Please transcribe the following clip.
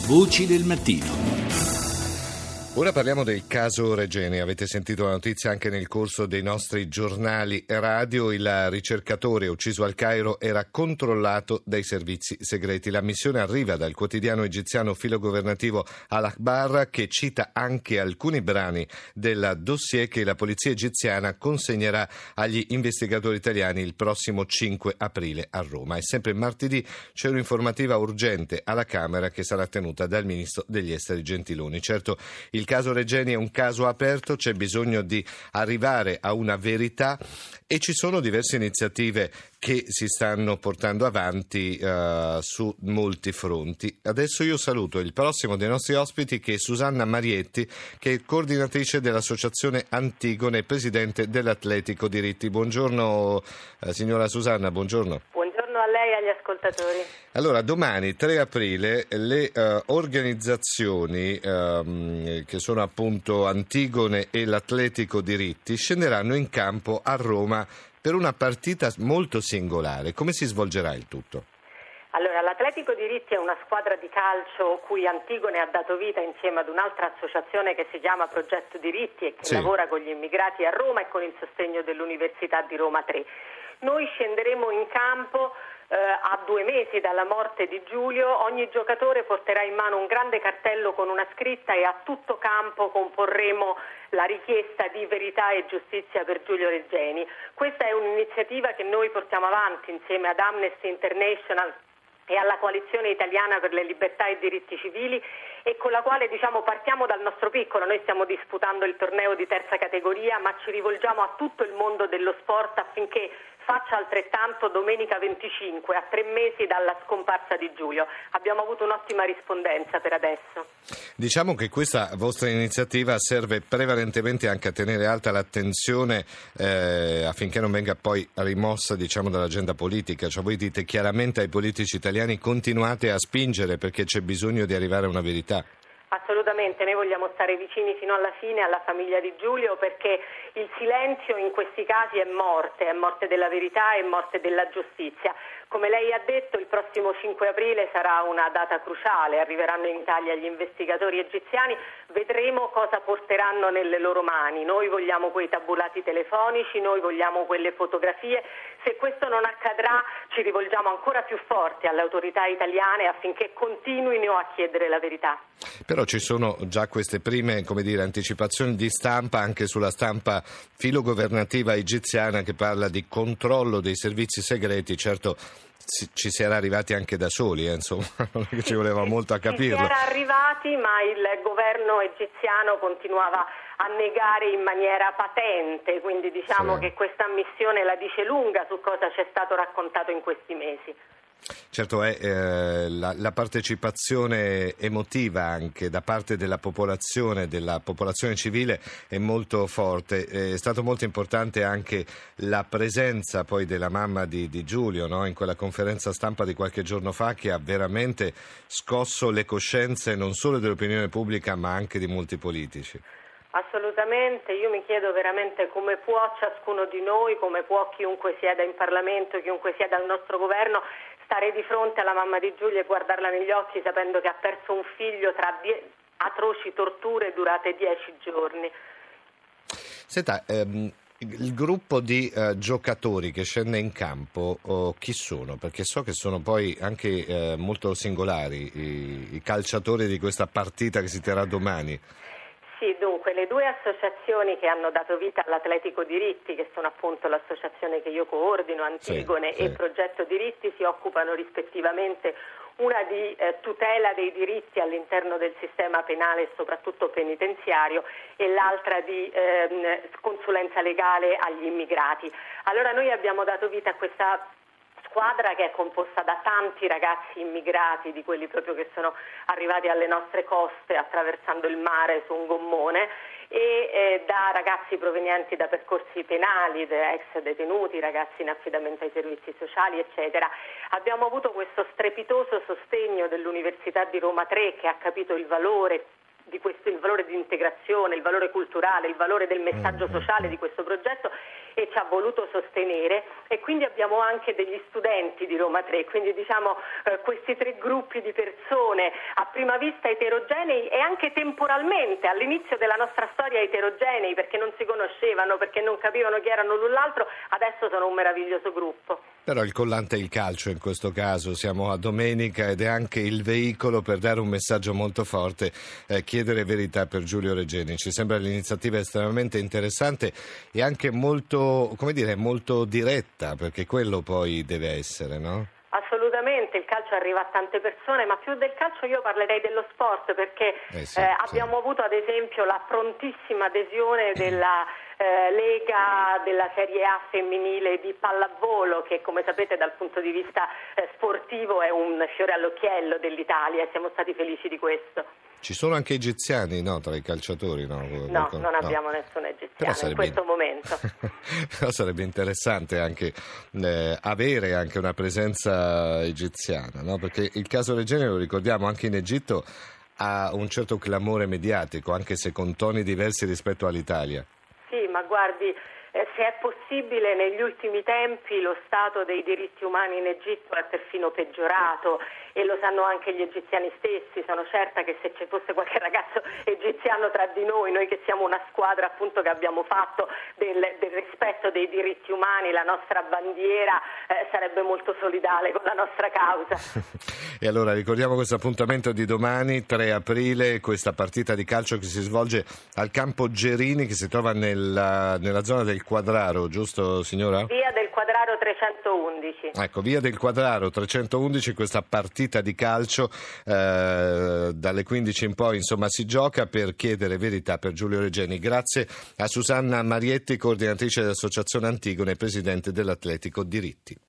Voci del mattino. Ora parliamo del caso Regeni. Avete sentito la notizia anche nel corso dei nostri giornali radio. Il ricercatore ucciso al Cairo era controllato dai servizi segreti. La missione arriva dal quotidiano egiziano filogovernativo Al-Akhbar, che cita anche alcuni brani del dossier che la polizia egiziana consegnerà agli investigatori italiani il prossimo 5 aprile a Roma. E sempre martedì c'è un'informativa urgente alla Camera che sarà tenuta dal ministro degli esteri Gentiloni. Certo, il caso Regeni è un caso aperto, c'è bisogno di arrivare a una verità e ci sono diverse iniziative che si stanno portando avanti su molti fronti. Adesso io saluto il prossimo dei nostri ospiti, che è Susanna Marietti, che è coordinatrice dell'Associazione Antigone e presidente dell'Atletico Diritti. Buongiorno signora Susanna, buongiorno. A lei e agli ascoltatori. Allora, domani 3 aprile le organizzazioni che sono appunto Antigone e l'Atletico Diritti scenderanno in campo a Roma per una partita molto singolare. Come si svolgerà il tutto? Allora, l'Atletico Diritti è una squadra di calcio cui Antigone ha dato vita insieme ad un'altra associazione che si chiama Progetto Diritti e che lavora con gli immigrati a Roma e con il sostegno dell'Università di Roma 3. Noi scenderemo in campo a 2 mesi dalla morte di Giulio. Ogni giocatore porterà in mano un grande cartello con una scritta e a tutto campo comporremo la richiesta di verità e giustizia per Giulio Regeni. Questa è un'iniziativa che noi portiamo avanti insieme ad Amnesty International e alla Coalizione Italiana per le Libertà e Diritti Civili, e con la quale partiamo dal nostro piccolo. Noi stiamo disputando il torneo di terza categoria, ma ci rivolgiamo a tutto il mondo dello sport affinché faccia altrettanto domenica 25, a 3 mesi dalla scomparsa di Giulio. Abbiamo avuto un'ottima rispondenza per adesso. Diciamo che questa vostra iniziativa serve prevalentemente anche a tenere alta l'attenzione affinché non venga poi rimossa dall'agenda politica. Cioè, voi dite chiaramente ai politici italiani: continuate a spingere perché c'è bisogno di arrivare a una verità. Assolutamente, noi vogliamo stare vicini fino alla fine alla famiglia di Giulio, perché il silenzio in questi casi è morte della verità, è morte della giustizia. Come lei ha detto, il prossimo 5 aprile sarà una data cruciale, arriveranno in Italia gli investigatori egiziani, vedremo cosa porteranno nelle loro mani. Noi vogliamo quei tabulati telefonici, noi vogliamo quelle fotografie. Se questo non accadrà, ci rivolgiamo ancora più forte alle autorità italiane affinché continuino a chiedere la verità. Però ci sono già queste prime, anticipazioni di stampa, anche sulla stampa filogovernativa egiziana, che parla di controllo dei servizi segreti. Certo, ci si era arrivati anche da soli, insomma, non è che ci voleva molto a capirlo. Si era arrivati, ma il governo egiziano continuava a negare in maniera patente, quindi che questa ammissione la dice lunga su cosa ci è stato raccontato in questi mesi. Certo, la partecipazione emotiva anche da parte della popolazione civile è molto forte. È stato molto importante anche la presenza poi della mamma di Giulio, no? In quella conferenza stampa di qualche giorno fa, che ha veramente scosso le coscienze non solo dell'opinione pubblica ma anche di molti politici. Assolutamente, io mi chiedo veramente come può ciascuno di noi, come può chiunque sieda in Parlamento, chiunque sieda al nostro governo, stare di fronte alla mamma di Giulio e guardarla negli occhi sapendo che ha perso un figlio tra atroci torture durate 10 giorni. Senta, il gruppo di giocatori che scende in campo, chi sono? Perché so che sono poi anche molto singolari i calciatori di questa partita che si terrà domani. Sì, dunque, le 2 associazioni che hanno dato vita all'Atletico Diritti, che sono appunto l'associazione che io coordino, Antigone e Progetto Diritti, si occupano rispettivamente una di tutela dei diritti all'interno del sistema penale e soprattutto penitenziario, e l'altra di consulenza legale agli immigrati. Allora, noi abbiamo dato vita a questa squadra che è composta da tanti ragazzi immigrati, di quelli proprio che sono arrivati alle nostre coste attraversando il mare su un gommone, e da ragazzi provenienti da percorsi penali, ex detenuti, ragazzi in affidamento ai servizi sociali, eccetera. Abbiamo avuto questo strepitoso sostegno dell'Università di Roma 3, che ha capito il valore di integrazione, il valore culturale, il valore del messaggio sociale di questo progetto, e ci ha voluto sostenere, e quindi abbiamo anche degli studenti di Roma 3, quindi questi tre gruppi di persone a prima vista eterogenei e anche temporalmente all'inizio della nostra storia eterogenei, perché non si conoscevano, perché non capivano chi erano l'un l'altro, adesso sono un meraviglioso gruppo. Però il collante è il calcio in questo caso, siamo a domenica ed è anche il veicolo per dare un messaggio molto forte, chiedere verità per Giulio Regeni. Ci sembra l'iniziativa estremamente interessante e anche molto, molto diretta, perché quello poi deve essere, no? Assolutamente, il calcio arriva a tante persone, ma più del calcio io parlerei dello sport, perché abbiamo avuto ad esempio la prontissima adesione della Lega della Serie A femminile di pallavolo, che come sapete dal punto di vista sportivo è un fiore all'occhiello dell'Italia, e siamo stati felici di questo. Ci sono anche egiziani, no, tra i calciatori? No, non abbiamo nessun egiziano in questo momento. Però sarebbe interessante anche avere anche una presenza egiziana, no? Perché il caso Regeni, lo ricordiamo, anche in Egitto ha un certo clamore mediatico, anche se con toni diversi rispetto all'Italia. Sì, ma guardi, se è possibile, negli ultimi tempi lo stato dei diritti umani in Egitto è perfino peggiorato, e lo sanno anche gli egiziani stessi. Sono certa che se ci fosse qualche ragazzo egiziano tra di noi che siamo una squadra appunto che abbiamo fatto del rispetto dei diritti umani, la nostra bandiera sarebbe molto solidale con la nostra causa. E allora ricordiamo questo appuntamento di domani, 3 aprile, questa partita di calcio che si svolge al campo Gerini, che si trova nella zona del Quadraro, giusto signora? Via del Quadraro 311. Ecco, via del Quadraro 311, questa partita di calcio dalle 15 in poi, insomma, si gioca per chiedere verità per Giulio Regeni. Grazie a Susanna Marietti, coordinatrice dell'Associazione Antigone e presidente dell'Atletico Diritti.